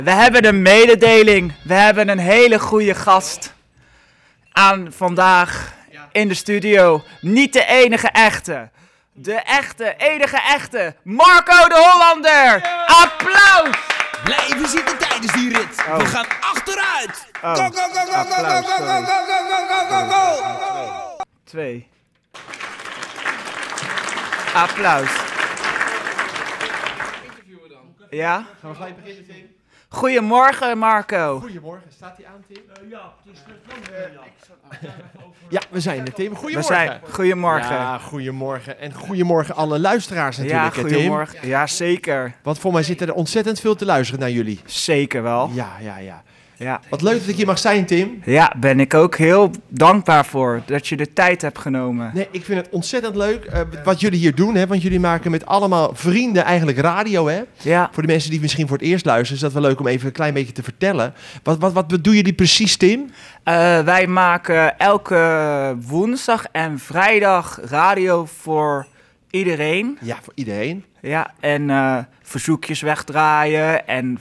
We hebben een mededeling. We hebben een hele goede gast aan vandaag in de studio. Niet de enige echte. De enige echte. Marco de Hollander. Applaus! Blijven zitten tijdens die rit. We gaan achteruit. Go, go, go, go, go, go, go, go, go, go, go, go. 2. Applaus. Ja? Gaan we gelijk beginnen, Tim? Goedemorgen, Marco. Goedemorgen, staat hij aan, Tim? Ja, we zijn er, Tim. Goedemorgen. Goedemorgen. Ja, goedemorgen. En goedemorgen alle luisteraars natuurlijk, ja, Tim. Goedemorgen. Ja, zeker. Want voor mij zitten er ontzettend veel te luisteren naar jullie. Zeker wel. Ja. Ja. Wat leuk dat ik hier mag zijn, Tim. Ja, ben ik ook heel dankbaar voor dat je de tijd hebt genomen. Nee, ik vind het ontzettend leuk wat jullie hier doen, hè, want jullie maken met allemaal vrienden eigenlijk radio, hè? Ja. Voor de mensen die misschien voor het eerst luisteren, is dat wel leuk om even een klein beetje te vertellen. Wat doen jullie precies, Tim? Wij maken elke woensdag en vrijdag radio voor iedereen. Ja, voor iedereen. Ja, en verzoekjes wegdraaien en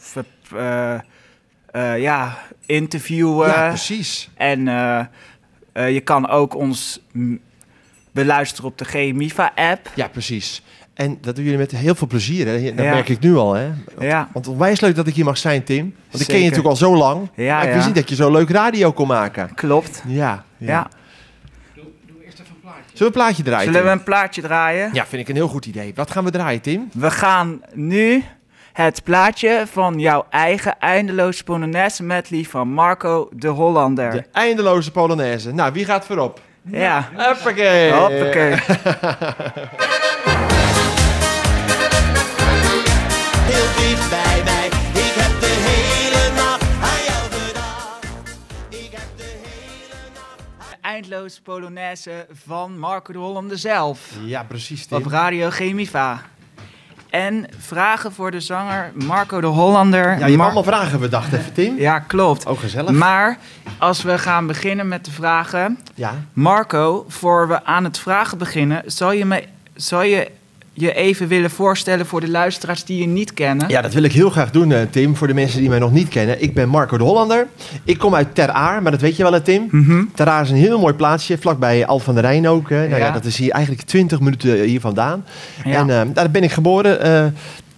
interviewen. Ja, precies. En je kan ook ons beluisteren op de GMIFA-app. Ja, precies. En dat doen jullie met heel veel plezier, hè? Dat Ja. merk ik nu al, hè? Ja. Want onwijs leuk dat ik hier mag zijn, Tim. Want ik ken je Zeker. natuurlijk al zo lang. Ja, maar ik wist niet dat je zo leuk radio kon maken. Klopt. Ja. Ja. Zullen we een plaatje draaien, Zullen we Tim? een plaatje draaien? Ja, vind ik een heel goed idee. Wat gaan we draaien, Tim? We gaan nu het plaatje van jouw eigen eindeloze Polonaise medley van Marco de Hollander. De eindeloze Polonaise. Nou, wie gaat voorop? Ja. Hoppakee. Hoppakee. Heel dicht bij mij. Ik heb de hele nacht aan jou gedacht. Ik heb de hele nacht. De eindeloze Polonaise van Marco de Hollander zelf. Ja, precies, Tim. Op Radio GMIFA. En vragen voor de zanger Marco de Hollander. Ja, je hebt allemaal vragen bedacht, even, Tim. Ja, klopt. Oh, gezellig. Maar als we gaan beginnen met de vragen. Ja. Marco, voor we aan het vragen beginnen, zou je even willen voorstellen voor de luisteraars die je niet kennen? Ja, dat wil ik heel graag doen, Tim, voor de mensen die mij nog niet kennen. Ik ben Marco de Hollander. Ik kom uit Ter Aar, maar dat weet je wel, hè, Tim? Ter Aar is een heel mooi plaatsje, vlakbij Alphen aan de Rijn ook. Nou ja, dat is hier eigenlijk 20 minuten hier vandaan. Ja. En daar ben ik geboren,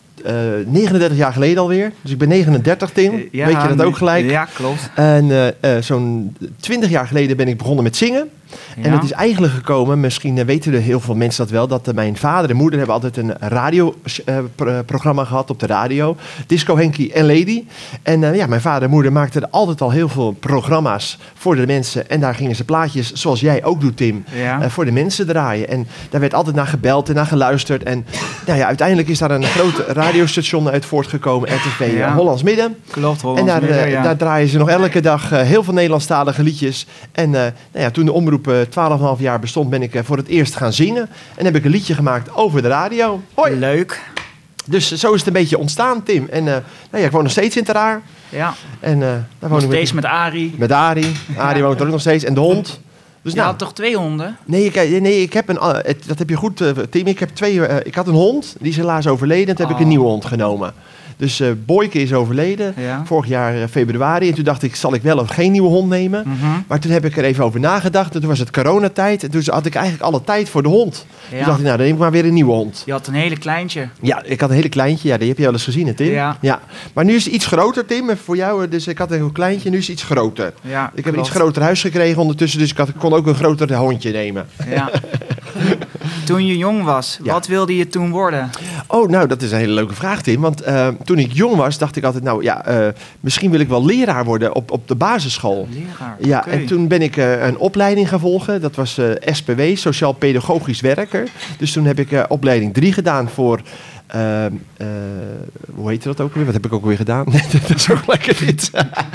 39 jaar geleden alweer. Dus ik ben 39, Tim. Weet je dat ook gelijk? Ja, klopt. En zo'n 20 jaar geleden ben ik begonnen met zingen. Ja. En het is eigenlijk gekomen, misschien weten er heel veel mensen dat wel, dat mijn vader en moeder hebben altijd een radioprogramma gehad op de radio. Disco Henkie en Lady. En mijn vader en moeder maakten er altijd al heel veel programma's voor de mensen. En daar gingen ze plaatjes, zoals jij ook doet, Tim, voor de mensen draaien. En daar werd altijd naar gebeld en naar geluisterd. En uiteindelijk is daar een groot radiostation uit voortgekomen, RTV Hollands Midden. Klopt, Hollands En Midden, daar draaien ze nog elke dag heel veel Nederlandstalige liedjes. En toen de omroep 12,5 jaar bestond, ben ik voor het eerst gaan zingen. En heb ik een liedje gemaakt over de radio. Hoi! Leuk. Dus zo is het een beetje ontstaan, Tim. En ik woon nog steeds in Ter Aar. Ja. En daar Nog woon ik steeds met Arie. met Arie. Arie woont er ook nog steeds. En de hond. Dus Je had toch 2 honden? Nee, ik heb dat heb je goed, Tim. Ik had een hond, die is helaas overleden. En toen heb ik een nieuwe hond genomen. Dus Boyke is overleden, vorig jaar februari. En toen dacht ik, zal ik wel of geen nieuwe hond nemen? Maar toen heb ik er even over nagedacht. En toen was het coronatijd. En toen had ik eigenlijk alle tijd voor de hond. Ja. Toen dacht ik, dan neem ik maar weer een nieuwe hond. Je had een hele kleintje. Ja, ik had een hele kleintje. Ja, die heb je wel eens gezien, hè, Tim? Ja. Maar nu is het iets groter, Tim, voor jou. Dus ik had een heel kleintje, nu is het iets groter. Ja, Ik heb een iets groter huis gekregen ondertussen. Dus ik kon ook een groter hondje nemen. Ja. Toen je jong was, wat wilde je toen worden? Oh, nou, dat is een hele leuke vraag, Tim. Want toen ik jong was, dacht ik altijd, misschien wil ik wel leraar worden op de basisschool. Leraar, Ja, oké. en toen ben ik een opleiding gaan volgen. Dat was SPW, Sociaal Pedagogisch Werker. Dus toen heb ik opleiding 3 gedaan voor... hoe heet dat ook weer? Wat heb ik ook weer gedaan? Dat is ook lekker dit.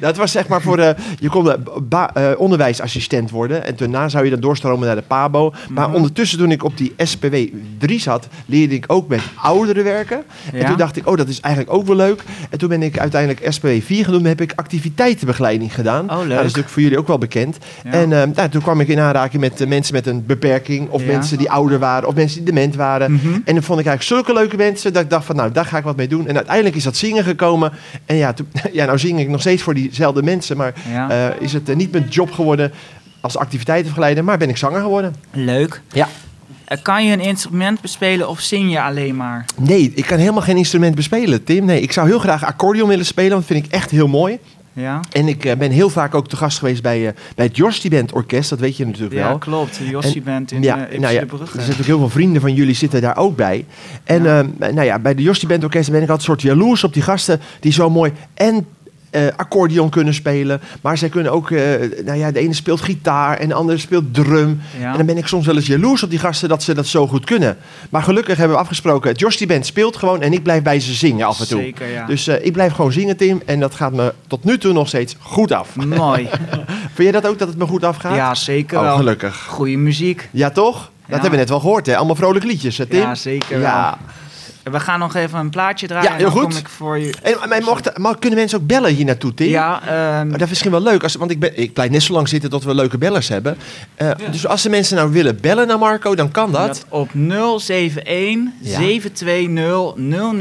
Dat was zeg maar voor... je kon onderwijsassistent worden. En daarna zou je dan doorstromen naar de PABO. Maar ondertussen, toen ik op die SPW 3 zat... leerde ik ook met ouderen werken. Ja. En toen dacht ik, dat is eigenlijk ook wel leuk. En toen ben ik uiteindelijk SPW 4 gaan doen. Heb ik activiteitenbegeleiding gedaan. Oh, leuk. Nou, dat is natuurlijk voor jullie ook wel bekend. Ja. En toen kwam ik in aanraking met mensen met een beperking. Of mensen die ouder waren. Of mensen die dement waren. En dan vond ik eigenlijk zulke leuke mensen... dat ik dacht van, nou, daar ga ik wat mee doen. En uiteindelijk is dat zingen gekomen. En nou zing ik nog steeds voor diezelfde mensen. Maar is het niet mijn job geworden als activiteitenbegeleider. Maar ben ik zanger geworden. Leuk. Ja. Kan je een instrument bespelen of zing je alleen maar? Nee, ik kan helemaal geen instrument bespelen, Tim. Nee, ik zou heel graag accordeon willen spelen. Want dat vind ik echt heel mooi. Ja. En ik ben heel vaak ook te gast geweest bij het Josty Band Orkest. Dat weet je natuurlijk wel. Ja, klopt. De Josty Band in de Brugge. Er zitten natuurlijk heel veel vrienden van jullie zitten daar ook bij. En bij de Josty Band Orkest ben ik altijd een soort jaloers op die gasten die zo mooi en accordeon kunnen spelen. Maar zij kunnen ook... de ene speelt gitaar en de andere speelt drum. Ja. En dan ben ik soms wel eens jaloers op die gasten dat ze dat zo goed kunnen. Maar gelukkig hebben we afgesproken... Het Josty Band speelt gewoon en ik blijf bij ze zingen af en toe. Zeker, ja. Dus ik blijf gewoon zingen, Tim. En dat gaat me tot nu toe nog steeds goed af. Mooi. Vind je dat ook, dat het me goed afgaat? Ja, zeker wel. Gelukkig. Goeie muziek. Ja, toch? Dat hebben we net wel gehoord, hè? Allemaal vrolijke liedjes, hè, Tim? Ja, zeker wel. We gaan nog even een plaatje draaien. Ja, heel en dan goed. kom ik voor je... Maar kunnen mensen ook bellen hier naartoe, Tim? Ja. Dat is misschien wel leuk, want ik blijf net zo lang zitten tot we leuke bellers hebben. Dus als de mensen nou willen bellen naar Marco, dan kan dat. Op 071 720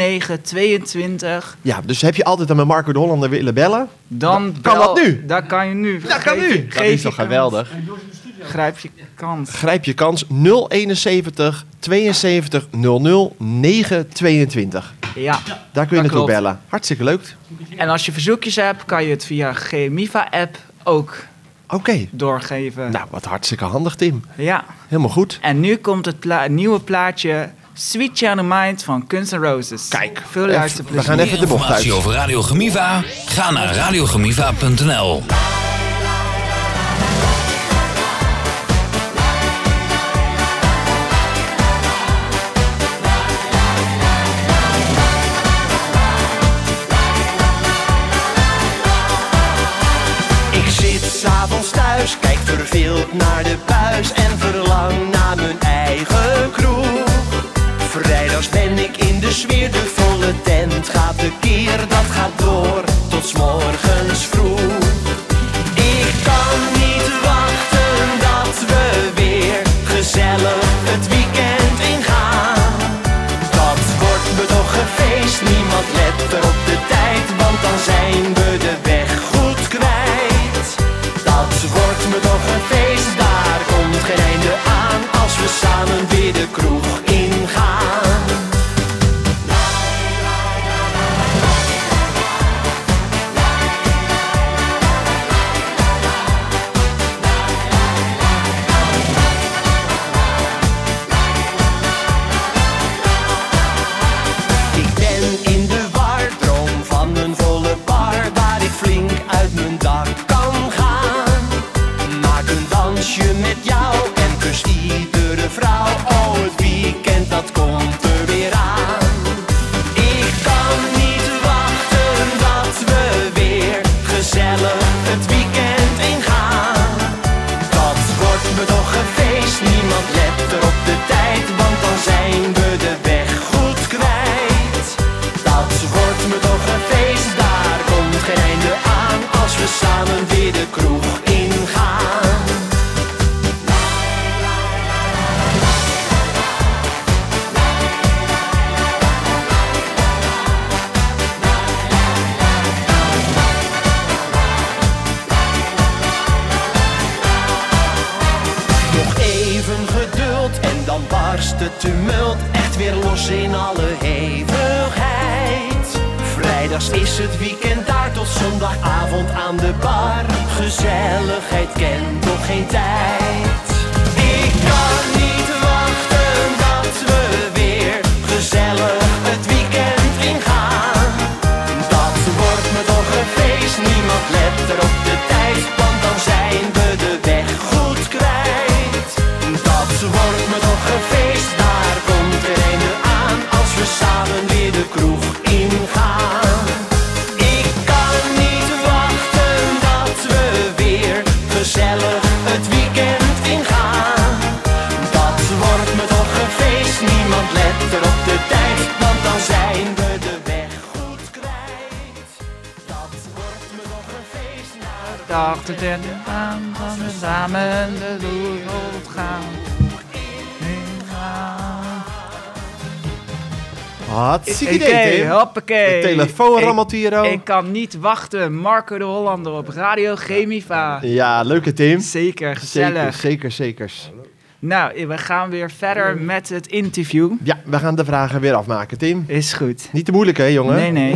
0922. Ja, dus heb je altijd dan met Marco de Hollander willen bellen? Dan kan dat nu? Dat kan je nu. Dat kan nu. Dat is toch geweldig. Grijp je kans. Grijp je kans 071 72 00 922. Ja, Daar kun je naartoe klopt. bellen. Hartstikke leuk. En als je verzoekjes hebt, kan je het via GMIFA-app ook Oké. doorgeven. Nou, wat hartstikke handig, Tim. Ja. Helemaal goed. En nu komt het nieuwe plaatje Sweet Child of Mine van Guns N' Roses. Kijk, Veel luisterplezier. we gaan even de bocht uit. Informatie over Radio Gemiva? Ga naar radiogemiva.nl. Ik zit 's avonds thuis, kijk verveeld naar de buis en verlang naar mijn eigen kroeg. Vrijdags ben ik in de sfeer, de volle tent gaat tekeer, dat gaat door tot 's morgens vroeg. Ik kan niet wachten dat we weer gezellig het weekend ingaan. Dat wordt me toch een feest, niemand let er op de tijd, want dan zijn we de weg goed kwijt. Dat wordt me toch een feest, daar komt geen einde aan, als we samen weer de kroeg ingaan. Ik ben in de war, droom van een volle bar waar ik flink uit mijn dak kan gaan. Maak een dansje met jou en kus iedere vrouw. Oh, het weekend dat komt er weer aan. Ik kan niet wachten dat we weer gezellig het weekend ingaan. Dat wordt me toch een feest, niemand let er op de tijd, want dan zijn we de weg goed kwijt. Dat wordt me toch een feest, daar komt geen einde aan, als we samen weer de kroeg ingaan. Nog even geduld en dan barst het tumult echt weer los in alle hevigheid. Vrijdags is het weekend daar tot zondagavond aan de bar. Gezelligheid kent toch geen tijd. Ik kan niet wachten dat we weer gezellig het weekend ingaan. Dat wordt me toch een feest, niemand let er op de tijd, want dan zijn we de weg goed kwijt. Dat wordt me toch een feest, daar komt er einde aan, als we samen weer de kroeg ingaan. Ik kan niet wachten dachten we samen de wereld gaan. Hartstikke idee, Tim. Hoppakee. De telefoon rammelt hier ook. Ik kan niet wachten. Marco de Hollander op Radio Chemiva. Ja, leuke Tim. Zeker, gezellig. Zeker. Nou, we gaan weer verder met het interview. Ja, we gaan de vragen weer afmaken, Tim. Is goed. Niet te moeilijk, hè, jongen? Nee.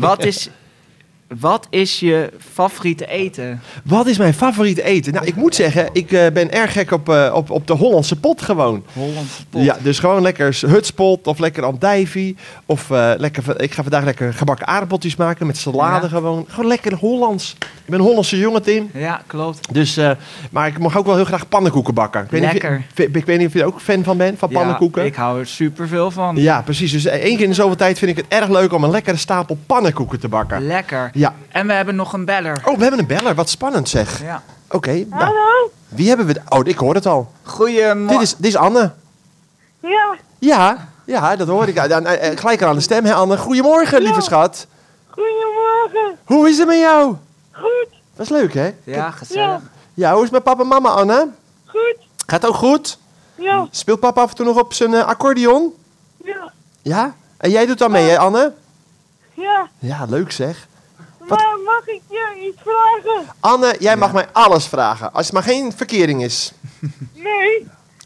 Wat is je favoriete eten? Wat is mijn favoriete eten? Nou, ik moet zeggen, ik ben erg gek op de Hollandse pot gewoon. Hollandse pot. Ja, dus gewoon lekker hutspot of lekker andijvie. Of ik ga vandaag lekker gebakken aardappeltjes maken met salade gewoon. Gewoon lekker Hollands. Ik ben een Hollandse jongen, Tim. Ja, klopt. Dus, maar ik mag ook wel heel graag pannenkoeken bakken. Lekker. Ik weet niet of je er ook fan van bent, van pannenkoeken. Ja, ik hou er superveel van. Ja, precies. Dus 1 keer in de zoveel tijd vind ik het erg leuk om een lekkere stapel pannenkoeken te bakken. Lekker. Ja. En we hebben nog een beller. Oh, we hebben een beller. Wat spannend zeg. Ja. Oké. Nou, Hallo? wie hebben we? Oh, ik hoor het al. Goedemorgen. Dit is Anne. Ja, Ja, dat hoor ik. Gelijk aan de stem, hè Anne. Goedemorgen, lieve schat. goedemorgen. Hoe is het met jou? Goed, Dat is leuk, hè? Ja, gezellig. Ja, hoe is het met papa en mama, Anne? goed. Gaat het ook goed? Ja, Speelt papa af en toe nog op zijn accordeon? ja, Ja? En jij doet dan mee, hè, Anne? ja. Ja, leuk zeg. Maar mag ik je iets vragen? Anne, jij mag mij alles vragen. Als het maar geen verkering is. Nee.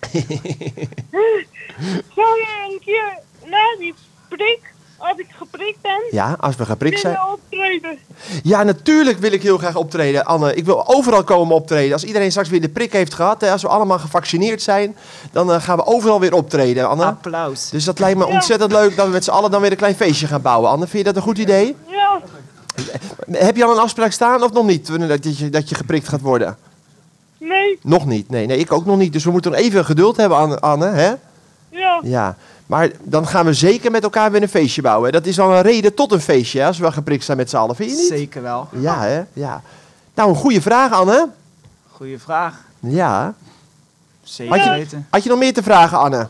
Zou je een keer na die prik, als ik geprikt ben, Ja, als we geprikt zijn. willen optreden? Ja, natuurlijk wil ik heel graag optreden, Anne. Ik wil overal komen optreden. Als iedereen straks weer de prik heeft gehad, hè, als we allemaal gevaccineerd zijn, dan gaan we overal weer optreden, Anne. Applaus. Dus dat lijkt me ontzettend leuk dat we met z'n allen dan weer een klein feestje gaan bouwen, Anne. Vind je dat een goed idee? Ja, Heb je al een afspraak staan of nog niet, dat je geprikt gaat worden? nee, Nog niet. Nee, ik ook nog niet. Dus we moeten nog even geduld hebben, Anne, hè? ja, Ja. Maar dan gaan we zeker met elkaar weer een feestje bouwen. Dat is wel een reden tot een feestje, hè, als we wel geprikt zijn met z'n allen. Vind je niet? Zeker wel. Ja, hè? Ja. Nou, een goede vraag, Anne. Goeie vraag. Ja. Zeker weten. Had je nog meer te vragen, Anne?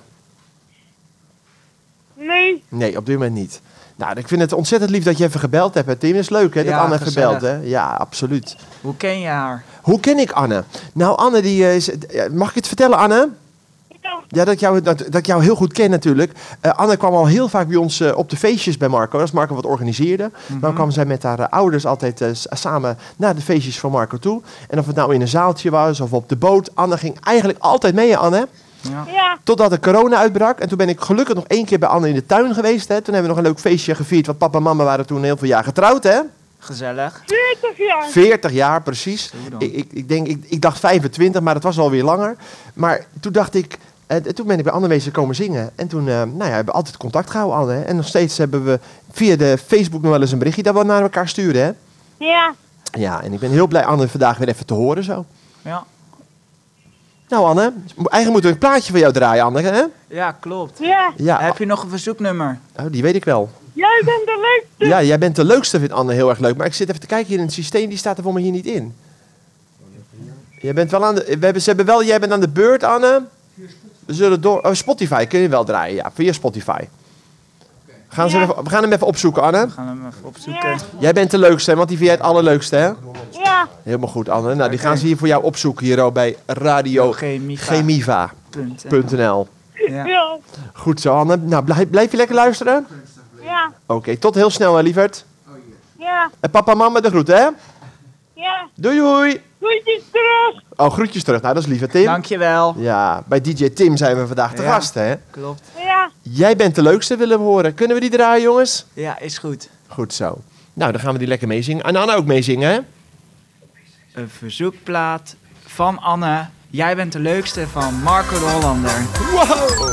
nee, Nee, op dit moment niet. Nou, ik vind het ontzettend lief dat je even gebeld hebt, hè, Tim. Dat is leuk, hè, dat Ja, Anne heeft gezellig. gebeld, hè? Ja, absoluut. Hoe ken je haar? Hoe ken ik Anne? Nou, Anne, mag ik het vertellen, Anne? ja, Ja, dat ik jou heel goed ken natuurlijk. Anne kwam al heel vaak bij ons op de feestjes bij Marco. Als Marco wat organiseerde. Dan kwam zij met haar ouders altijd samen naar de feestjes van Marco toe. En of het nou in een zaaltje was of op de boot. Anne ging eigenlijk altijd mee, hè, Anne. ja, Totdat de corona uitbrak. En toen ben ik gelukkig nog 1 keer bij Anne in de tuin geweest. Hè. Toen hebben we nog een leuk feestje gevierd. Want papa en mama waren toen heel veel jaar getrouwd, hè? Gezellig. 40 jaar. 40 jaar, precies. Zo dan. Ik dacht 25, maar dat was alweer langer. Maar toen dacht ik... toen ben ik bij Anne wezen komen zingen. En toen hebben we altijd contact gehouden, Anne. Hè. En nog steeds hebben we via de Facebook nog wel eens een berichtje dat we naar elkaar sturen, hè? Ja, Ja, en ik ben heel blij Anne vandaag weer even te horen zo. Ja. Nou, Anne, eigenlijk moeten we een plaatje voor jou draaien, Anne, hè? Ja, klopt. ja. Ja, Heb je nog een verzoeknummer? die weet ik wel. Jij bent de leukste. Ja, jij bent de leukste, vindt Anne heel erg leuk. Maar ik zit even te kijken hier in het systeem, die staat er voor me hier niet in. Jij bent wel aan de... Jij bent aan de beurt, Anne. We zullen door... Oh, Spotify kun je wel draaien, ja. Via Spotify. We gaan hem even opzoeken, Anne. We gaan hem even opzoeken. Ja. Jij bent de leukste, hè, want die vind jij het allerleukste, hè? Ja, Helemaal goed, Anne. Nou, die gaan ze hier voor jou opzoeken, hier ook bij Radio Chemiva.nl. Ja. ja, Goed zo, Anne. Nou, blijf je lekker luisteren? ja, Oké, tot heel snel, hè, lieverd. ja, En papa en mama de groeten, hè? ja. Doei, doei. Groetjes terug. Oh, groetjes terug. Nou, dat is lief, hè, Tim? Dankjewel. Ja, bij DJ Tim zijn we vandaag te Ja. gast, hè? Klopt. Ja, Jij bent de leukste, willen we horen. Kunnen we die draaien, jongens? Ja, is goed. Goed zo. Nou, dan gaan we die lekker meezingen. En Anne ook meezingen, hè? Een verzoekplaat van Anne. Jij bent de leukste van Marco de Hollander. Wow!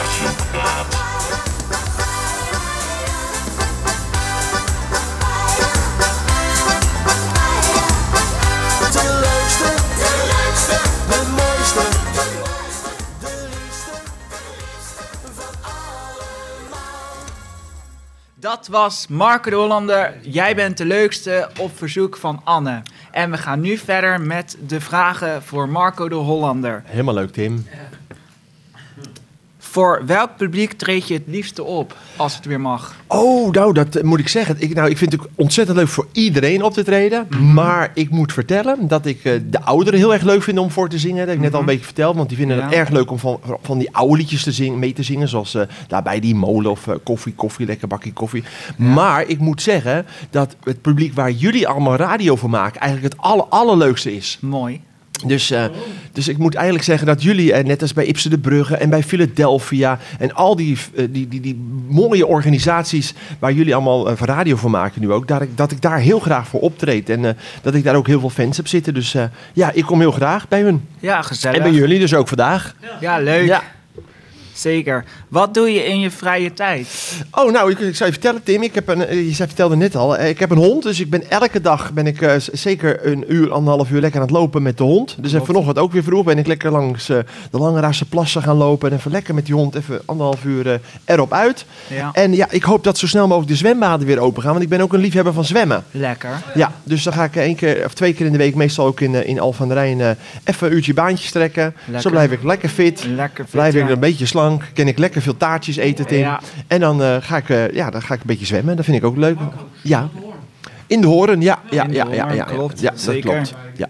De leukste, de mooiste, de liefste van allemaal. Dat was Marco de Hollander. Jij bent de leukste op verzoek van Anne. En we gaan nu verder met de vragen voor Marco de Hollander. Helemaal leuk, Tim. Voor welk publiek treed je het liefste op, als het weer mag? Oh, nou, dat moet ik zeggen. Ik vind het ook ontzettend leuk voor iedereen op te treden. Maar ik moet vertellen dat ik de ouderen heel erg leuk vind om voor te zingen. Dat heb ik net al een beetje verteld. Want die vinden het erg leuk om van die oude liedjes mee te zingen. Zoals daarbij die molen of koffie, lekker bakje koffie. Ja. Maar ik moet zeggen dat het publiek waar jullie allemaal radio voor maken eigenlijk het allerleukste is. Mooi. Dus ik moet eigenlijk zeggen dat jullie, net als bij Ipsen de Brugge en bij Philadelphia en al die mooie organisaties waar jullie allemaal radio voor maken nu ook, dat ik daar heel graag voor optreed en dat ik daar ook heel veel fans heb zitten. Dus ik kom heel graag bij hun. Ja, gezellig. En bij jullie dus ook vandaag. Ja, leuk. Ja. Zeker. Wat doe je in je vrije tijd? Oh, nou, ik zou je vertellen, Tim. Je vertelde net al, ik heb een hond. Dus elke dag ben ik zeker een uur, 1,5 uur lekker aan het lopen met de hond. Dus vanochtend ook weer vroeg ben ik lekker langs de Langeraarse plassen gaan lopen. En even lekker met die hond even 1,5 uur erop uit. Ja. En ja, ik hoop dat zo snel mogelijk de zwembaden weer open gaan. Want ik ben ook een liefhebber van zwemmen. Lekker. Ja, dus dan ga ik 1 keer of 2 keer in de week meestal ook in Al van der Rijn even een uurtje baantjes trekken. Lekker. Zo blijf ik lekker fit. Blijf ik een beetje slank. Kan ik lekker veel taartjes eten, Tim. Ja. En dan ga ik een beetje zwemmen. Dat vind ik ook leuk. Ja. In de Horen, ja. Klopt. Ja, dat klopt. Ja.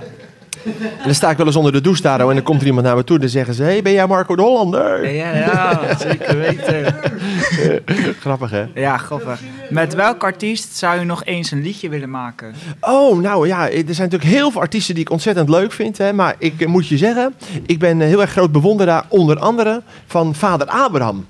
En dan sta ik wel eens onder de douche daar en dan komt er iemand naar me toe en dan zeggen ze: hey, ben jij Marco de Hollander? Ja, zeker weten. Grappig, hè? Ja, grappig. Met welk artiest zou je nog eens een liedje willen maken? Oh, nou ja, er zijn natuurlijk heel veel artiesten die ik ontzettend leuk vind. Hè, maar ik moet je zeggen, ik ben heel erg groot bewonderaar onder andere van Vader Abraham.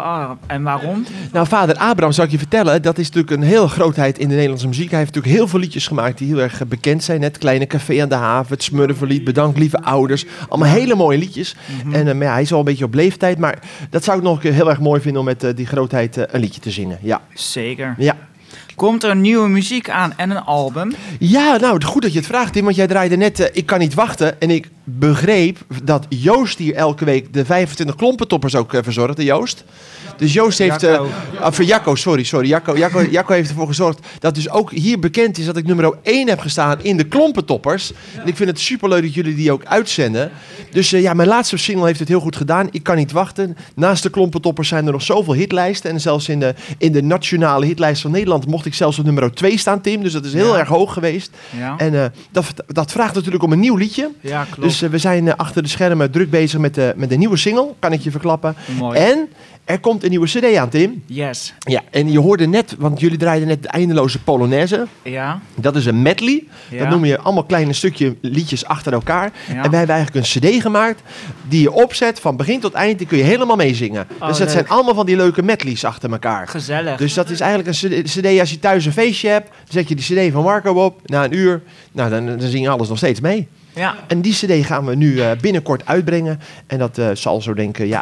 En waarom? Nou, Vader Abraham, zal ik je vertellen, dat is natuurlijk een heel grootheid in de Nederlandse muziek. Hij heeft natuurlijk heel veel liedjes gemaakt die heel erg bekend zijn. Het Kleine Café aan de Haven, het Smurfenlied, Bedankt lieve ouders. Allemaal hele mooie liedjes. Mm-hmm. En hij is al een beetje op leeftijd, maar dat zou ik nog heel erg mooi vinden om met die grootheid een liedje te zingen. Ja. Zeker. Ja. Komt er nieuwe muziek aan en een album? Ja, nou, goed dat je het vraagt, Tim, want jij draaide net Ik kan niet wachten. En ik begreep dat Joost hier elke week de 25 klompentoppers ook verzorgde, Joost. Dus Joost heeft... Jacco, sorry. Jacco heeft ervoor gezorgd dat dus ook hier bekend is dat ik nummer 1 heb gestaan in de klompentoppers. En ik vind het superleuk dat jullie die ook uitzenden. Dus mijn laatste single heeft het heel goed gedaan. Ik kan niet wachten. Naast de klompentoppers zijn er nog zoveel hitlijsten. En zelfs in de nationale hitlijst van Nederland mocht ik zelfs op nummer 2 staan, Tim. Dus dat is heel erg hoog geweest. Ja. En dat vraagt natuurlijk om een nieuw liedje. Ja, klopt. Dus we zijn achter de schermen druk bezig met de nieuwe single. Kan ik je verklappen. Mooi. En er komt een nieuwe cd aan, Tim. Yes. Ja, en je hoorde net, want jullie draaiden net de eindeloze Polonaise. Ja. Dat is een medley. Ja. Dat noem je allemaal kleine stukje liedjes achter elkaar. Ja. En wij hebben eigenlijk een cd gemaakt die je opzet van begin tot eind. Die kun je helemaal meezingen. Dus dat leuk. Zijn allemaal van die leuke medleys achter elkaar. Gezellig. Dus dat is eigenlijk een cd als je thuis een feestje hebt. Dan zet je die cd van Marco op. Na een uur, nou, dan zing je alles nog steeds mee. Ja. En die cd gaan we nu binnenkort uitbrengen. En dat zal zo denken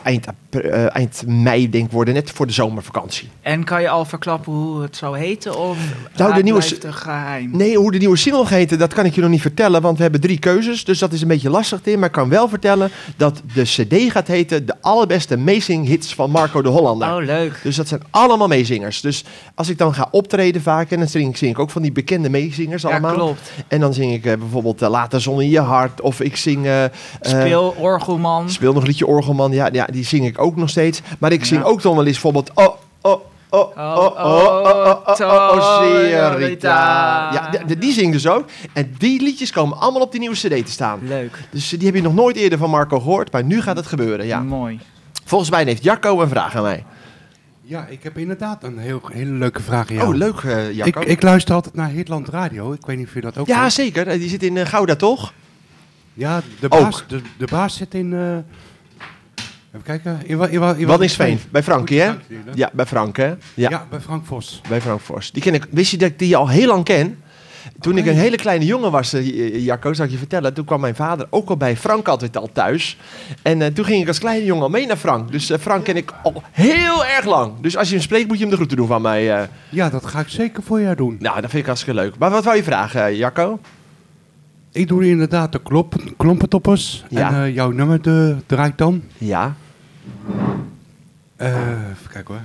eind mei worden, net voor de zomervakantie. En kan je al verklappen hoe het zou heten? Of de nieuwe geheim? Nee, hoe de nieuwe single gaat heten, dat kan ik je nog niet vertellen. Want we hebben 3 keuzes, dus dat is een beetje lastig, Tim. Maar ik kan wel vertellen dat de cd gaat heten De allerbeste meezinghits van Marco de Hollander. Oh, leuk. Dus dat zijn allemaal meezingers. Dus als ik dan ga optreden vaak, en dan zing ik ook van die bekende meezingers allemaal. Ja, klopt. En dan zing ik bijvoorbeeld Laat de zon in je hart. Of ik zing... Speel Orgelman. Speel nog een liedje Orgelman. Ja, die zing ik ook nog steeds. Maar ik zing ook dan wel eens bijvoorbeeld... Señorita. Ja, die zingt dus ook. En die liedjes komen allemaal op die nieuwe cd te staan. Leuk. Dus die heb je nog nooit eerder van Marco gehoord. Maar nu gaat het gebeuren, ja. Mooi. Volgens mij heeft Jacco een vraag aan mij. Ja, ik heb inderdaad een hele leuke vraag aan jou. Oh, leuk, Jacco. Ik luister altijd naar Hitland Radio. Ik weet niet of je dat ook Ja, zeker. Die zit in Gouda, toch? Ja, de baas zit in... even kijken. In Waddinxveen. Bij Frankie, hè? Ja, bij Frank, hè? Ja, bij Frank Vos. Bij Frank Vos. Die ken ik. Wist je dat ik die al heel lang ken? Toen ik een hele kleine jongen was, Jacco, zal ik je vertellen. Toen kwam mijn vader ook al bij Frank altijd al thuis. En toen ging ik als kleine jongen al mee naar Frank. Dus Frank ken ik al heel erg lang. Dus als je hem spreekt, moet je hem de groeten doen van mij. Ja, dat ga ik zeker voor jou doen. Nou, dat vind ik hartstikke leuk. Maar wat wou je vragen, Jacco? Ik doe inderdaad de klompentoppers. Ja. En jouw nummer draait dan. Ja. Even kijken hoor.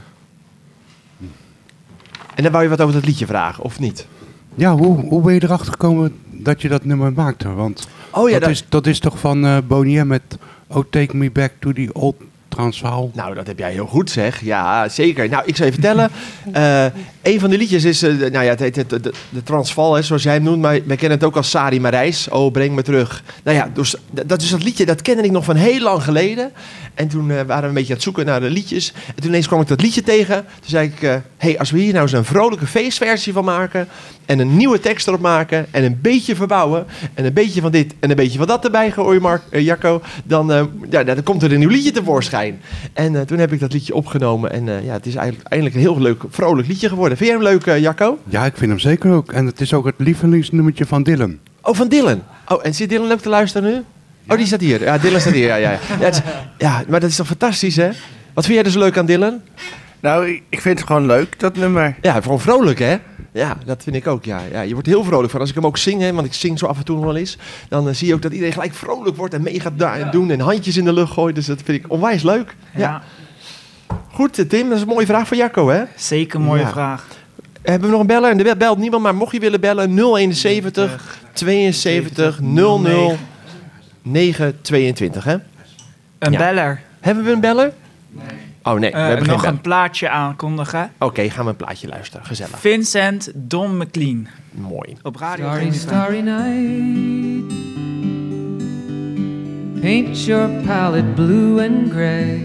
En dan wou je wat over dat liedje vragen, of niet? Ja, hoe ben je erachter gekomen dat je dat nummer maakte? Want dat is toch van Bonnier met Oh Take Me Back to the Old Transvaal. Nou, dat heb jij heel goed, zeg. Ja, zeker. Nou, ik zal je vertellen. Een van de liedjes is, het heet de Transvaal, hè, zoals jij hem noemt. Maar wij kennen het ook als Sari Marijs. Oh, breng me terug. Nou ja, dus dat liedje, dat kende ik nog van heel lang geleden. En toen waren we een beetje aan het zoeken naar de liedjes. En toen ineens kwam ik dat liedje tegen. Toen zei ik, als we hier nou eens een vrolijke feestversie van maken. En een nieuwe tekst erop maken. En een beetje verbouwen. En een beetje van dit en een beetje van dat erbij gooien, Jacco. Dan komt er een nieuw liedje tevoorschijn. En toen heb ik dat liedje opgenomen. En het is eigenlijk een heel leuk, vrolijk liedje geworden. Vind jij hem leuk, Jacco? Ja, ik vind hem zeker ook. En het is ook het lievelingsnummertje van Dylan. Oh, van Dylan. Oh, en zit Dylan ook te luisteren nu? Oh, die staat hier. Ja, Dylan staat hier. Ja, maar dat is toch fantastisch, hè? Wat vind jij dus leuk aan Dylan? Nou, ik vind het gewoon leuk, dat nummer. Ja, gewoon vrolijk, hè? Ja, dat vind ik ook, ja. Je wordt heel vrolijk van. Als ik hem ook zing, hè, want ik zing zo af en toe nog wel eens. Dan zie je ook dat iedereen gelijk vrolijk wordt en mee gaat doen en handjes in de lucht gooit. Dus dat vind ik onwijs leuk. Ja. Goed, Tim, dat is een mooie vraag voor Jacco, hè? Zeker een mooie vraag. Hebben we nog een beller? En er belt niemand, maar mocht je willen bellen, 071 72 00 922, hè? Een beller. Hebben we een beller? Nee. Oh nee, we hebben nog een plaatje aankondigen. Oké, gaan we een plaatje luisteren. Gezellig. Vincent Don McLean. Mooi. Op radio. Starry, starry night. Paint your palette blue and gray.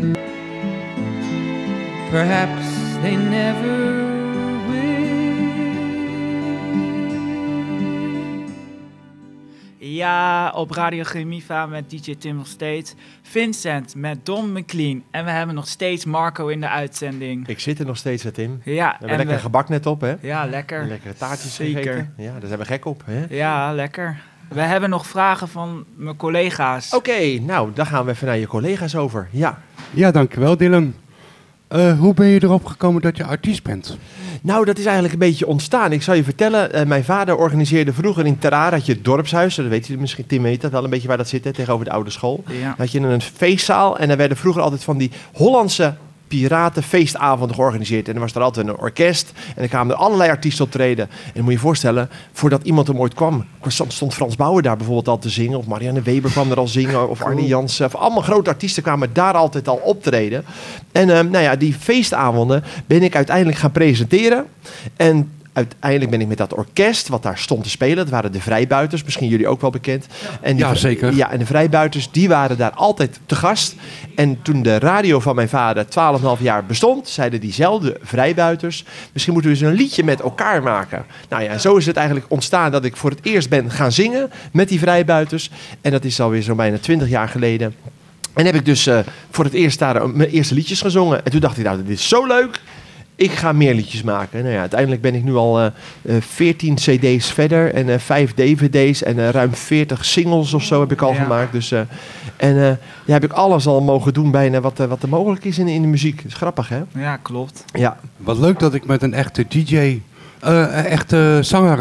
Perhaps they never Ja, op Radio Gemiva met DJ Tim nog steeds. Vincent met Don McLean. En we hebben nog steeds Marco in de uitzending. Ik zit er nog steeds, hè, Tim. Ja. We hebben lekker gebak net op, hè? Ja, lekker. Lekkere taartjes Zeker. gegeten. Ja, daar zijn we gek op, hè? Ja, lekker. We hebben nog vragen van mijn collega's. Oké, nou, dan gaan we even naar je collega's over. Ja. Ja, dankjewel Dylan. Hoe ben je erop gekomen dat je artiest bent? Nou, dat is eigenlijk een beetje ontstaan. Ik zal je vertellen, mijn vader organiseerde vroeger in Ter Aar, had je het dorpshuis. Dat weet je misschien, Tim weet dat wel een beetje waar dat zit, hè, tegenover de oude school. Ja. Had je een feestzaal en daar werden vroeger altijd van die Hollandse piratenfeestavonden georganiseerd. En er was er altijd een orkest. En er kwamen er allerlei artiesten optreden. En dan moet je je voorstellen, voordat iemand er ooit kwam, stond Frans Bauer daar bijvoorbeeld al te zingen. Of Marianne Weber kwam er al zingen. Of Arnie Jansen. Of allemaal grote artiesten kwamen daar altijd al optreden. En die feestavonden ben ik uiteindelijk gaan presenteren. En uiteindelijk ben ik met dat orkest, wat daar stond te spelen, dat waren de Vrijbuiters, misschien jullie ook wel bekend. En ja, zeker. Ja, en de Vrijbuiters, die waren daar altijd te gast. En toen de radio van mijn vader 12,5 jaar bestond, zeiden diezelfde Vrijbuiters, misschien moeten we eens een liedje met elkaar maken. Nou ja, en zo is het eigenlijk ontstaan dat ik voor het eerst ben gaan zingen met die Vrijbuiters. En dat is alweer zo bijna 20 jaar geleden. En heb ik dus voor het eerst daar mijn eerste liedjes gezongen. En toen dacht ik, nou, dit is zo leuk. Ik ga meer liedjes maken. Nou ja, uiteindelijk ben ik nu al 14 cd's verder en 5 dvd's en ruim 40 singles of zo heb ik al gemaakt. Dus, heb ik alles al mogen doen bijna wat er mogelijk is in de muziek. Dat is grappig, hè? Ja, klopt. Ja. Wat leuk dat ik met een echte DJ, echte zanger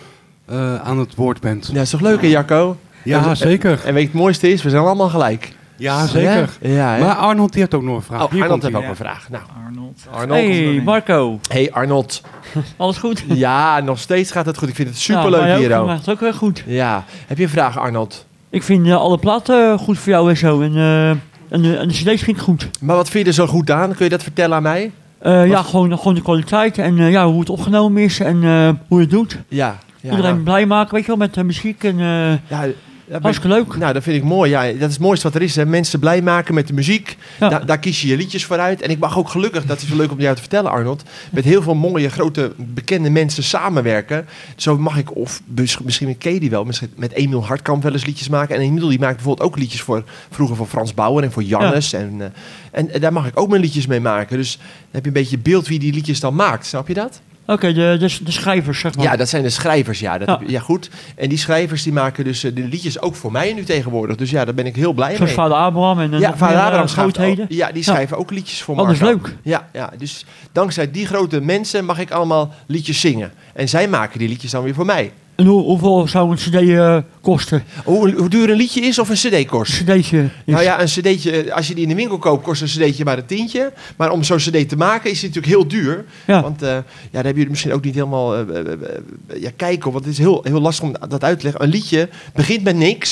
aan het woord ben. Ja, is toch leuk, hè, Jacco? Ja, zeker. En weet je het mooiste is? We zijn allemaal gelijk. Ja, zeker. Ja, maar Arnold die heeft ook nog een vraag. Oh, Arnold heeft ook een vraag. Nou, Arnold. Hey Marco. Hey Arnold. Alles goed? Ja, nog steeds gaat het goed. Ik vind het superleuk hier ook. Het is ook weer goed. Ja. Heb je een vraag, Arnold? Ik vind alle platen goed voor jou en zo. En de cd's vind ik goed. Maar wat vind je er zo goed aan? Kun je dat vertellen aan mij? Ja, gewoon de kwaliteit en hoe het opgenomen is en hoe je het doet. Ja. Iedereen blij maken, weet je wel, met de muziek en... hartstikke leuk. Nou, dat vind ik mooi. Ja, dat is het mooiste wat er is. Hè. Mensen blij maken met de muziek. Ja. Daar kies je je liedjes voor uit. En ik mag ook gelukkig, dat is leuk om jou te vertellen, Arnold, met heel veel mooie, grote, bekende mensen samenwerken. Zo mag ik, of misschien ken je die wel, met Emiel Hartkamp wel eens liedjes maken. En Emiel die maakt bijvoorbeeld ook liedjes vroeger voor Frans Bauer en voor Jannes. Ja. En daar mag ik ook mijn liedjes mee maken. Dus dan heb je een beetje beeld wie die liedjes dan maakt. Snap je dat? Oké, de schrijvers, zeg maar. Ja, dat zijn de schrijvers, ja. Ja, goed. En die schrijvers die maken dus de liedjes ook voor mij nu tegenwoordig. Dus ja, daar ben ik heel blij mee. Zoals vader Abraham en vader Abraham grootheden. Die schrijven ook liedjes voor Marco. Dat is leuk. Ja, dus dankzij die grote mensen mag ik allemaal liedjes zingen. En zij maken die liedjes dan weer voor mij. En hoeveel zou een cd kosten? Hoe duur een liedje is of een cd kost? Een cd'tje is. Nou ja, een cd'tje, als je die in de winkel koopt, kost een cd'tje maar een tientje. Maar om zo'n cd te maken is het natuurlijk heel duur. Ja. Want daar hebben jullie misschien ook niet helemaal kijken. Want het is heel lastig om dat uit te leggen. Een liedje begint met niks.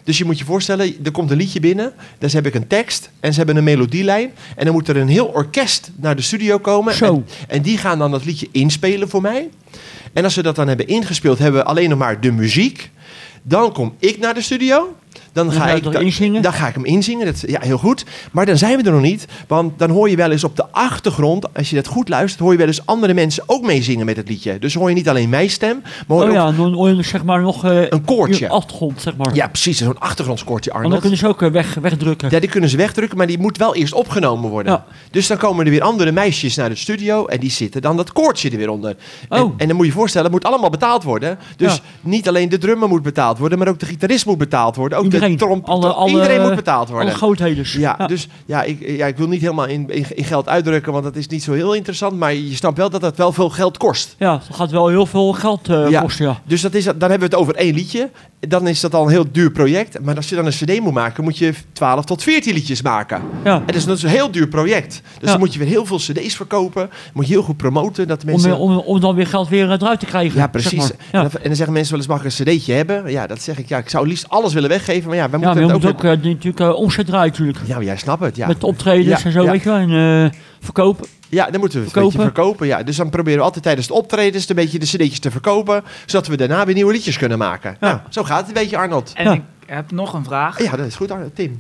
Dus je moet je voorstellen, er komt een liedje binnen. Dus heb ik een tekst en ze hebben een melodielijn. En dan moet er een heel orkest naar de studio komen. En die gaan dan dat liedje inspelen voor mij. En als ze dat dan hebben ingespeeld, hebben we alleen nog maar de muziek. Dan kom ik naar de studio. Dan ga ik hem inzingen. Dat, ja, heel goed. Maar dan zijn we er nog niet. Want dan hoor je wel eens op de achtergrond, als je dat goed luistert, hoor je wel eens andere mensen ook meezingen met het liedje. Dus hoor je niet alleen mijn stem, maar hoor dan hoor je zeg maar nog een koortje. Achtergrond, zeg maar. Ja, precies. Zo'n achtergrondskoortje, Arnold. En dan kunnen ze ook wegdrukken. Ja, die kunnen ze wegdrukken, maar die moet wel eerst opgenomen worden. Ja. Dus dan komen er weer andere meisjes naar de studio en die zitten dan dat koortje er weer onder. En dan moet je je voorstellen, het moet allemaal betaald worden. Dus niet alleen de drummer moet betaald worden, maar ook de gitarist moet betaald worden. Ook iedereen moet betaald worden. Alle grootheden. Ja, dus ik wil niet helemaal in geld uitdrukken, want dat is niet zo heel interessant. Maar je snapt wel dat dat wel veel geld kost. Ja, dat gaat wel heel veel geld kosten, ja. Dus dan hebben we het over 1 liedje. Dan is dat al een heel duur project. Maar als je dan een cd moet maken, moet je 12 tot 14 liedjes maken. Ja. En dat is een heel duur project. Dus dan moet je weer heel veel cd's verkopen. Moet je heel goed promoten. Dat de mensen... om dan weer geld weer eruit te krijgen. Ja, precies. Zeg maar. En dan zeggen mensen wel eens, mag ik een cd'tje hebben? Ja, dat zeg ik. Ja, ik zou liefst alles willen weggeven. Maar ja, wij moeten het ook natuurlijk omzet draaien natuurlijk. Ja, maar jij snapt het. Ja. Met optredens en zo, weet je wel. En verkopen. Ja, dan moeten we het een beetje verkopen. Ja. Dus dan proberen we altijd tijdens de optredens een beetje de cd'tjes te verkopen. Zodat we daarna weer nieuwe liedjes kunnen maken. Ja. Nou, zo gaat het een beetje, Arnold. En ik heb nog een vraag. Ja, dat is goed, Arnold. Tim.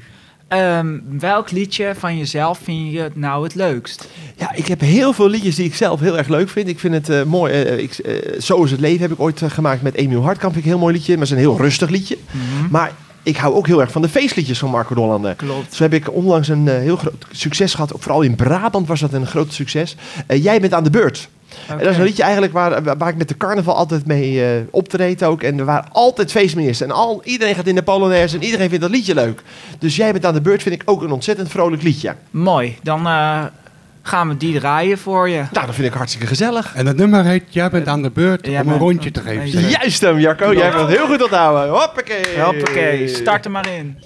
Welk liedje van jezelf vind je nou het leukst? Ja, ik heb heel veel liedjes die ik zelf heel erg leuk vind. Ik vind het mooi. Zo is het leven heb ik ooit gemaakt met Emiel Hartkamp. Vind ik een heel mooi liedje. Maar het is een heel rustig liedje. Mm-hmm. Maar ik hou ook heel erg van de feestliedjes van Marco Dollander. Klopt. Zo heb ik onlangs een heel groot succes gehad. Vooral in Brabant was dat een groot succes. Jij bent aan de beurt. Okay. En dat is een liedje eigenlijk waar ik met de carnaval altijd mee optreed ook. En er waren altijd feestmeers. En iedereen gaat in de Polonaise en iedereen vindt dat liedje leuk. Dus Jij bent aan de beurt vind ik ook een ontzettend vrolijk liedje. Mooi. Dan gaan we die draaien voor je. Nou, dat vind ik hartstikke gezellig. En het nummer heet Jij bent aan de beurt om een rondje te geven. Juist hem, Jacco. Jij hebt het heel goed onthouden. Hoppakee. Hoppakee. Start er maar in.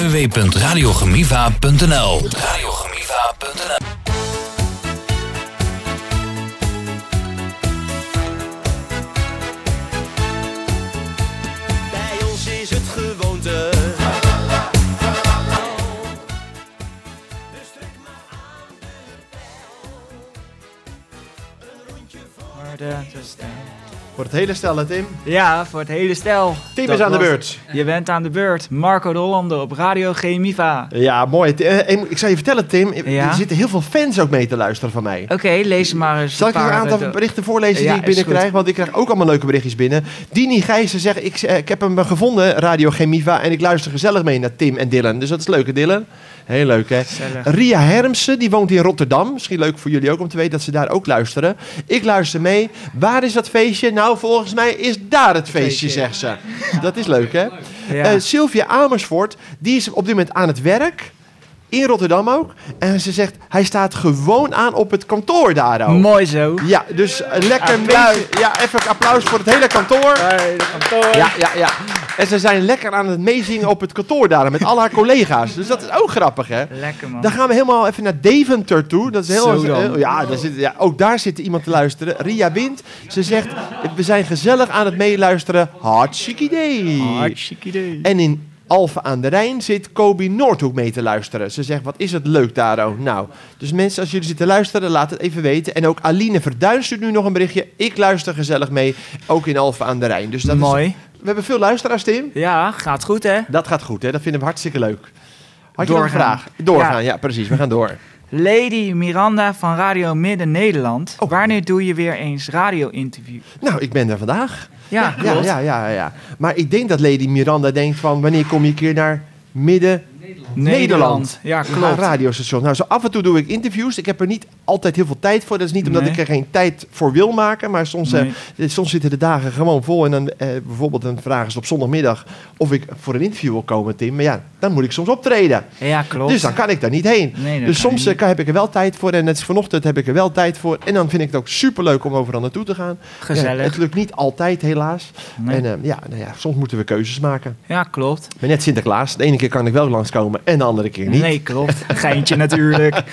www.radiogemiva.nl Voor het hele stel, hè, Tim? Ja, voor het hele stel. Tim is aan de beurt. Je bent aan de beurt. Marco Dollander op Radio Gemiva. Ja, mooi. Ik zou je vertellen, Tim. Er zitten heel veel fans ook mee te luisteren van mij. Oké, lees maar eens. Zal ik een aantal berichten voorlezen die ik binnenkrijg? Want ik krijg ook allemaal leuke berichtjes binnen. Dini Gijssen zegt, ik heb hem gevonden, Radio Gemiva. En ik luister gezellig mee naar Tim en Dylan. Dus dat is leuk, hè, Dylan? Heel leuk, hè? Gezellig. Ria Hermsen, die woont in Rotterdam. Misschien leuk voor jullie ook om te weten dat ze daar ook luisteren. Ik luister mee. Waar is dat feestje? Nou, volgens mij is daar het feestje, zegt ze. Dat is leuk, hè? Ja. Sylvia Amersfoort, die is op dit moment aan het werk. In Rotterdam ook. En ze zegt, hij staat gewoon aan op het kantoor daar ook. Mooi zo. Ja, dus lekker mee. Ja, even applaus voor het hele kantoor. Hey, de kantoor. Ja. En ze zijn lekker aan het meezingen op het kantoor daar met al haar collega's. Dus dat is ook grappig, hè? Lekker, man. Dan gaan we helemaal even naar Deventer toe. Dat is heel ook daar zit iemand te luisteren. Ria Wind. Ze zegt, we zijn gezellig aan het meeluisteren. Hartstikke idee. Hartstikke idee. En in Alphen aan de Rijn zit Kobi Noordhoek mee te luisteren. Ze zegt, wat is het leuk daar ook. Nou, dus mensen, als jullie zitten luisteren, laat het even weten. En ook Aline Verduin stuurt nu nog een berichtje. Ik luister gezellig mee, ook in Alphen aan de Rijn. Dus dat mooi. We hebben veel luisteraars, Tim. Ja, gaat goed, hè? Dat gaat goed, hè? Dat vinden we hartstikke leuk. Had je nog een vraag? Doorgaan, ja, precies. We gaan door. Lady Miranda van Radio Midden-Nederland. Oh. Wanneer doe je weer eens radio-interview? Nou, ik ben er vandaag. Ja. Maar ik denk dat Lady Miranda denkt van, wanneer kom je een keer naar Nederland. Ja, klopt. Een radiostation. Nou, zo af en toe doe ik interviews. Ik heb er niet altijd heel veel tijd voor. Dat is niet omdat ik er geen tijd voor wil maken. Maar soms zitten de dagen gewoon vol. En dan bijvoorbeeld een vraag is op zondagmiddag of ik voor een interview wil komen, Tim. Maar ja, dan moet ik soms optreden. Ja, klopt. Dus dan kan ik daar niet heen. Nee, dus soms heb ik er wel tijd voor. En net als vanochtend heb ik er wel tijd voor. En dan vind ik het ook superleuk om overal naartoe te gaan. Gezellig. Ja, het lukt niet altijd, helaas. Nee. En soms moeten we keuzes maken. Ja, klopt. Maar net Sinterklaas. De ene keer kan ik wel langskomen en de andere keer niet. Nee, klopt. Geintje natuurlijk.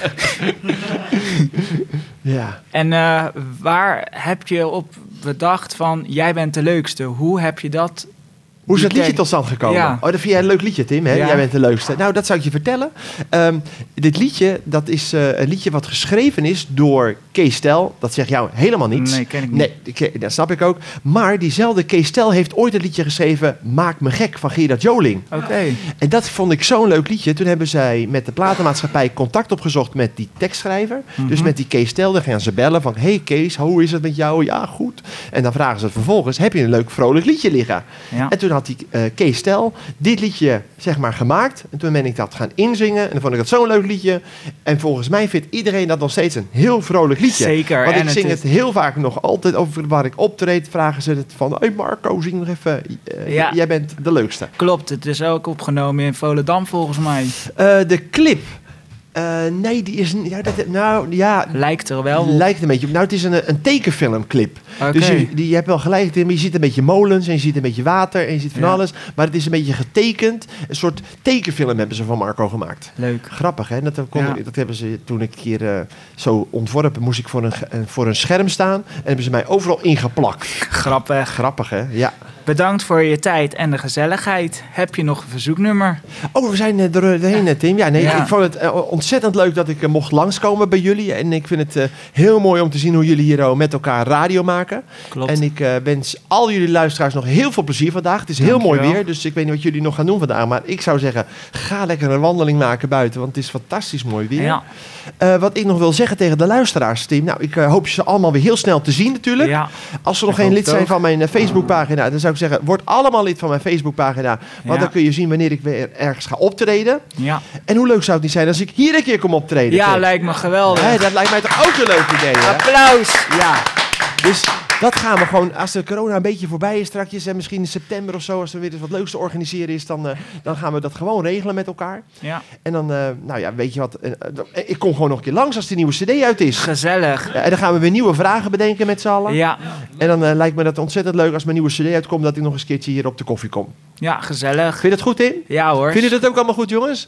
Ja. En waar heb je op bedacht van, jij bent de leukste? Hoe heb je dat Hoe is dat liedje tot stand gekomen? Ja. Oh, dat vind jij een leuk liedje, Tim. Hè? Ja. Jij bent de leukste. Nou, dat zou ik je vertellen. Dit liedje, dat is een liedje wat geschreven is door Kees Stel. Dat zegt jou helemaal niets. Nee, ken ik niet. Nee, dat snap ik ook. Maar diezelfde Kees Stel heeft ooit een liedje geschreven... Maak me gek, van Gerard Joling. Oké. En dat vond ik zo'n leuk liedje. Toen hebben zij met de platenmaatschappij contact opgezocht met die tekstschrijver. Dus met die Kees Stel, dan gaan ze bellen van... Hey Kees, hoe is het met jou? Ja, goed. En dan vragen ze vervolgens... Heb je een leuk vrolijk liedje liggen? Ja. En toen had die Kees Stel dit liedje zeg maar gemaakt. En toen ben ik dat gaan inzingen. En dan vond ik dat zo'n leuk liedje. En volgens mij vindt iedereen dat nog steeds een heel vrolijk liedje. Zeker. Want En ik zing het heel vaak nog altijd over waar ik optreed. Vragen ze het van... Hey Marco, zing nog even. Ja. Jij bent de leukste. Klopt, het is ook opgenomen in Volendam volgens mij. De clip. Nee, die is... Ja, Lijkt er wel op. lijkt een beetje op. Nou, het is een tekenfilmclip. Oké. Dus je hebt wel gelijk, Tim. Je ziet een beetje molens en je ziet een beetje water en je ziet van alles. Maar het is een beetje getekend. Een soort tekenfilm hebben ze van Marco gemaakt. Leuk. Grappig, hè? Dat hebben ze toen ik hier zo ontworpen. Moest ik voor een scherm staan. En hebben ze mij overal ingeplakt. Grappig. Grappig, hè? Ja. Bedankt voor je tijd en de gezelligheid. Heb je nog een verzoeknummer? Oh, we zijn er doorheen, Tim. Ja, nee, Ja. ik vond het ontzettend leuk dat ik mocht langskomen bij jullie. En ik vind het heel mooi om te zien hoe jullie hier met elkaar radio maken. Klopt. En ik wens al jullie luisteraars nog heel veel plezier vandaag. Het is heel mooi weer, dus ik weet niet wat jullie nog gaan doen vandaag. Maar ik zou zeggen, ga lekker een wandeling maken buiten, want het is fantastisch mooi weer. Ja. Wat ik nog wil zeggen tegen de luisteraars, Tim. Nou, ik hoop ze allemaal weer heel snel te zien natuurlijk. Ja. Als ze nog Ik geen hoop lid het zijn ook. van mijn Facebookpagina, dan zou ik zeggen, word allemaal lid van mijn Facebookpagina. Want Ja. dan kun je zien wanneer ik weer ergens ga optreden. Ja. En hoe leuk zou het niet zijn als ik hier een keer kom optreden? Ja, Tim? lijkt me geweldig. Hè, dat lijkt mij toch ook een leuk idee, hè? Applaus. Ja. Dus dat gaan we gewoon, als de corona een beetje voorbij is strakjes... en misschien in september of zo, als er weer eens wat leuks te organiseren is... dan gaan we dat gewoon regelen met elkaar. Ja. En dan, nou ja, weet je wat... ik kom gewoon nog een keer langs als die nieuwe cd uit is. Gezellig. Ja, en dan gaan we weer nieuwe vragen bedenken met z'n allen. Ja. En dan lijkt me dat ontzettend leuk als mijn nieuwe cd uitkomt... dat ik nog eens een keertje hier op de koffie kom. Ja, gezellig. Vind je dat goed, Tim? Ja hoor. Vind je dat ook allemaal goed, jongens?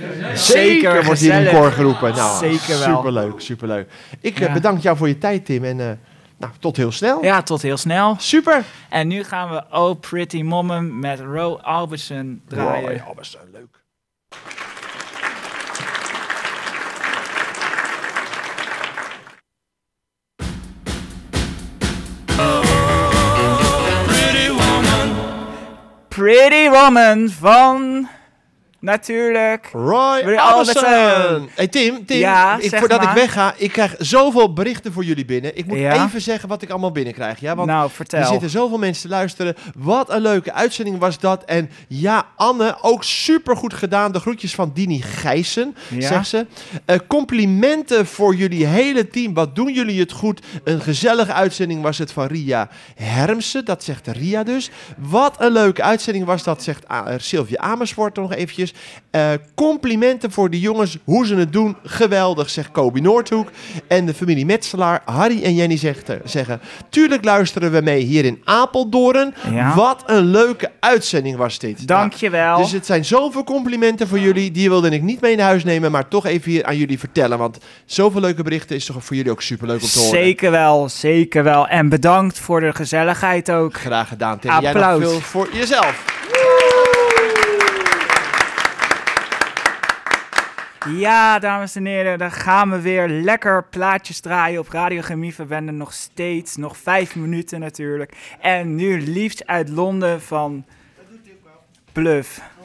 Zeker, wordt hier in gezellig. koor geroepen. Nou, Zeker wel. Superleuk, superleuk. Ik Ja. bedank jou voor je tijd, Tim. En nou, tot heel snel. Ja, tot heel snel. Super. En nu gaan we Oh Pretty Woman met Roy Orbison draaien. Roy Orbison, leuk. Pretty Woman van... Natuurlijk. Roy Orbison. Orbison. Hey Tim, Ja, zeg voordat maar. ik wegga, ik krijg zoveel berichten voor jullie binnen. Ik moet Ja? even zeggen wat ik allemaal binnenkrijg. Ja? Want Nou, vertel. er zitten zoveel mensen te luisteren. Wat een leuke uitzending was dat. En ja, Anne, ook supergoed gedaan. De groetjes van Dini Gijssen, Ja? zegt ze. Complimenten voor jullie hele team. Wat doen jullie het goed. Een gezellige uitzending was het van Ria Hermsen. Dat zegt Ria dus. Wat een leuke uitzending was dat, zegt Sylvia Amersfoort nog eventjes. Complimenten voor de jongens, hoe ze het doen. Geweldig, zegt Kobi Noordhoek. En de familie Metselaar, Harry en Jenny zeggen... Tuurlijk luisteren we mee hier in Apeldoorn. Ja. Wat een leuke uitzending was dit. Dankjewel. Nou, dus het zijn zoveel complimenten voor jullie. Die wilde ik niet mee naar huis nemen, maar toch even hier aan jullie vertellen. Want zoveel leuke berichten is toch voor jullie ook superleuk om te horen. Zeker wel, zeker wel. En bedankt voor de gezelligheid ook. Graag gedaan, Tim. Jij nog Applaus. veel voor jezelf. Ja, dames en heren, dan gaan we weer lekker plaatjes draaien op Radio Chemie. We benden nog steeds, nog 5 minuten natuurlijk. En nu liefst uit Londen van Bluff.